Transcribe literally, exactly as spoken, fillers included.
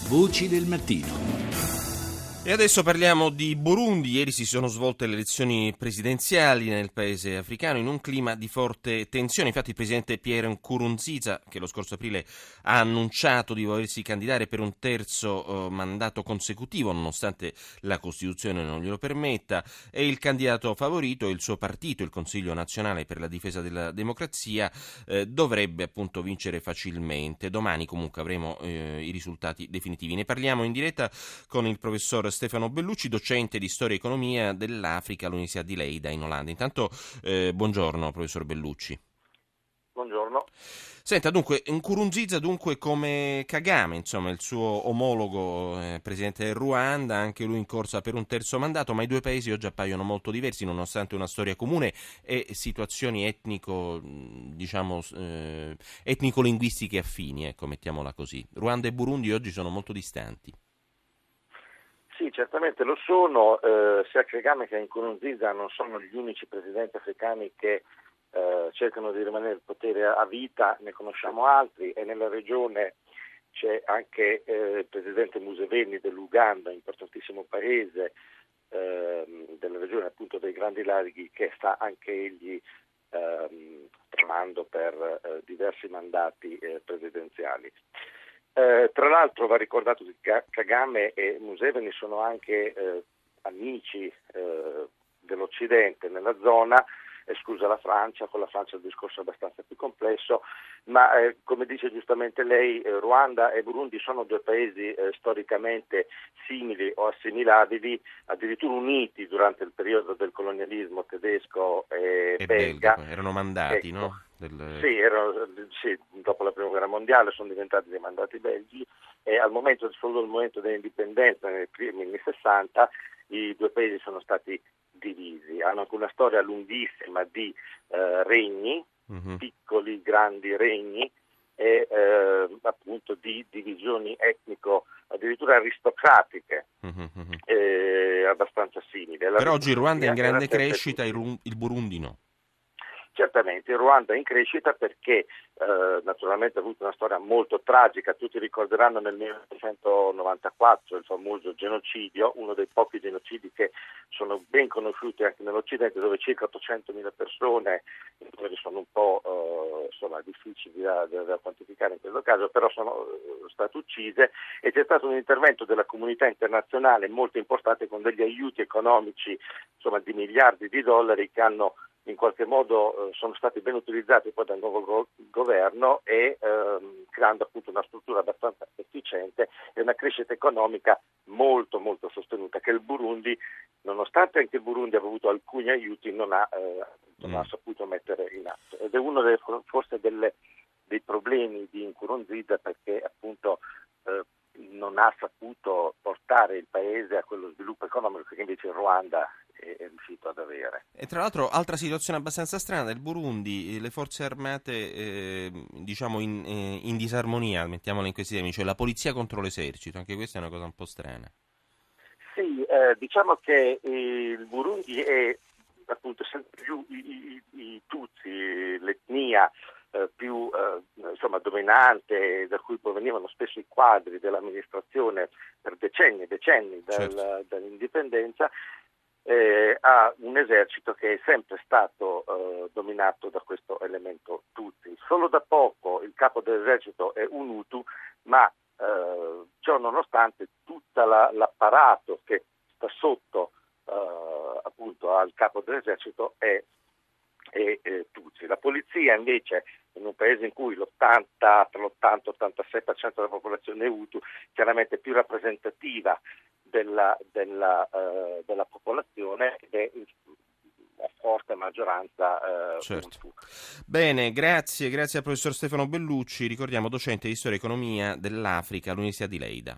Voci del mattino. E adesso parliamo di Burundi. Ieri si sono svolte le elezioni presidenziali nel paese africano in un clima di forte tensione. Infatti il presidente Pierre Nkurunziza, che lo scorso aprile ha annunciato di volersi candidare per un terzo eh, mandato consecutivo, nonostante la Costituzione non glielo permetta, è il candidato favorito e il suo partito, il Consiglio Nazionale per la Difesa della Democrazia, eh, dovrebbe appunto vincere facilmente. Domani comunque avremo eh, i risultati definitivi. Ne parliamo in diretta con il professor Stefano Bellucci, docente di storia e economia dell'Africa all'Università di Leida in Olanda. Intanto eh, buongiorno professor Bellucci. Buongiorno. Senta, dunque, Nkurunziza dunque come Kagame, insomma il suo omologo eh, presidente del Ruanda, anche lui in corsa per un terzo mandato, ma i due paesi oggi appaiono molto diversi nonostante una storia comune e situazioni etnico, diciamo, eh, etnico-linguistiche affini, ecco, mettiamola così. Ruanda e Burundi oggi sono molto distanti. Sì, certamente lo sono, eh, sia Kagame che Nkurunziza non sono gli unici presidenti africani che eh, cercano di rimanere al potere a vita, ne conosciamo altri e nella regione c'è anche eh, il presidente Museveni dell'Uganda, importantissimo paese eh, della regione appunto dei Grandi Laghi, che sta anche egli eh, tremando per eh, diversi mandati eh, presidenziali. Eh, tra l'altro va ricordato che Kagame e Museveni sono anche eh, amici eh, dell'Occidente nella zona, esclusa la Francia. Con la Francia il discorso è abbastanza più complesso, ma eh, come dice giustamente lei, eh, Ruanda e Burundi sono due paesi eh, storicamente simili o assimilabili, addirittura uniti durante il periodo del colonialismo tedesco e, e belga. belga. Erano mandati, ecco. no? Del... Sì, erano, sì, dopo la prima guerra mondiale sono diventati dei mandati belgi e al momento, solo al momento dell'indipendenza, nei primi anni sessanta, i due paesi sono stati divisi. Hanno anche una storia lunghissima di eh, regni, uh-huh. piccoli, grandi regni e eh, appunto di divisioni etnico addirittura aristocratiche, uh-huh. eh, abbastanza simili. La Però oggi il Ruanda è in grande crescita, tutti. il, il Burundi no. Certamente il Ruanda è in crescita perché eh, naturalmente ha avuto una storia molto tragica. Tutti ricorderanno nel millenovecentonovantaquattro il famoso genocidio, uno dei pochi genocidi che sono ben conosciuti anche nell'Occidente, dove circa ottocentomila persone, i numeri sono un po' eh, insomma, difficili da, da, da quantificare in questo caso, però sono eh, state uccise e c'è stato un intervento della comunità internazionale molto importante con degli aiuti economici insomma, di miliardi di dollari che hanno in qualche modo eh, sono stati ben utilizzati poi dal nuovo go- governo e ehm, creando appunto una struttura abbastanza efficiente e una crescita economica molto molto sostenuta che il Burundi, nonostante anche il Burundi abbia avuto alcuni aiuti, non ha, eh, non mm. ha saputo mettere in atto. Ed è uno delle, forse delle, dei problemi di Nkurunziza perché appunto eh, non ha saputo portare il paese a quello sviluppo economico che invece il Ruanda è riuscito ad avere. E tra l'altro altra situazione abbastanza strana del Burundi, le forze armate eh, diciamo in, eh, in disarmonia, mettiamola in questi termini, cioè la polizia contro l'esercito, anche questa è una cosa un po' strana. Sì, eh, diciamo che il Burundi è appunto sempre più i, i, i Tutsi, l'etnia eh, più eh, insomma dominante, da cui provenivano spesso i quadri dell'amministrazione per decenni e decenni dal, certo. dall'indipendenza. Eh, ha un esercito che è sempre stato eh, dominato da questo elemento Tutsi. Solo da poco il capo dell'esercito è un Hutu, ma eh, ciò nonostante tutto la, l'apparato che sta sotto eh, appunto al capo dell'esercito è, è, è Tutsi. La polizia invece in un paese in cui l'ottanta, tra l'ottanta e l'ottantasei per cento della popolazione è Hutu, chiaramente più rappresentativa della, della, uh, della popolazione ed è a forte maggioranza uh, certo. Hutu. Bene, grazie, grazie al professor Stefano Bellucci, ricordiamo docente di storia e economia dell'Africa all'Università di Leida.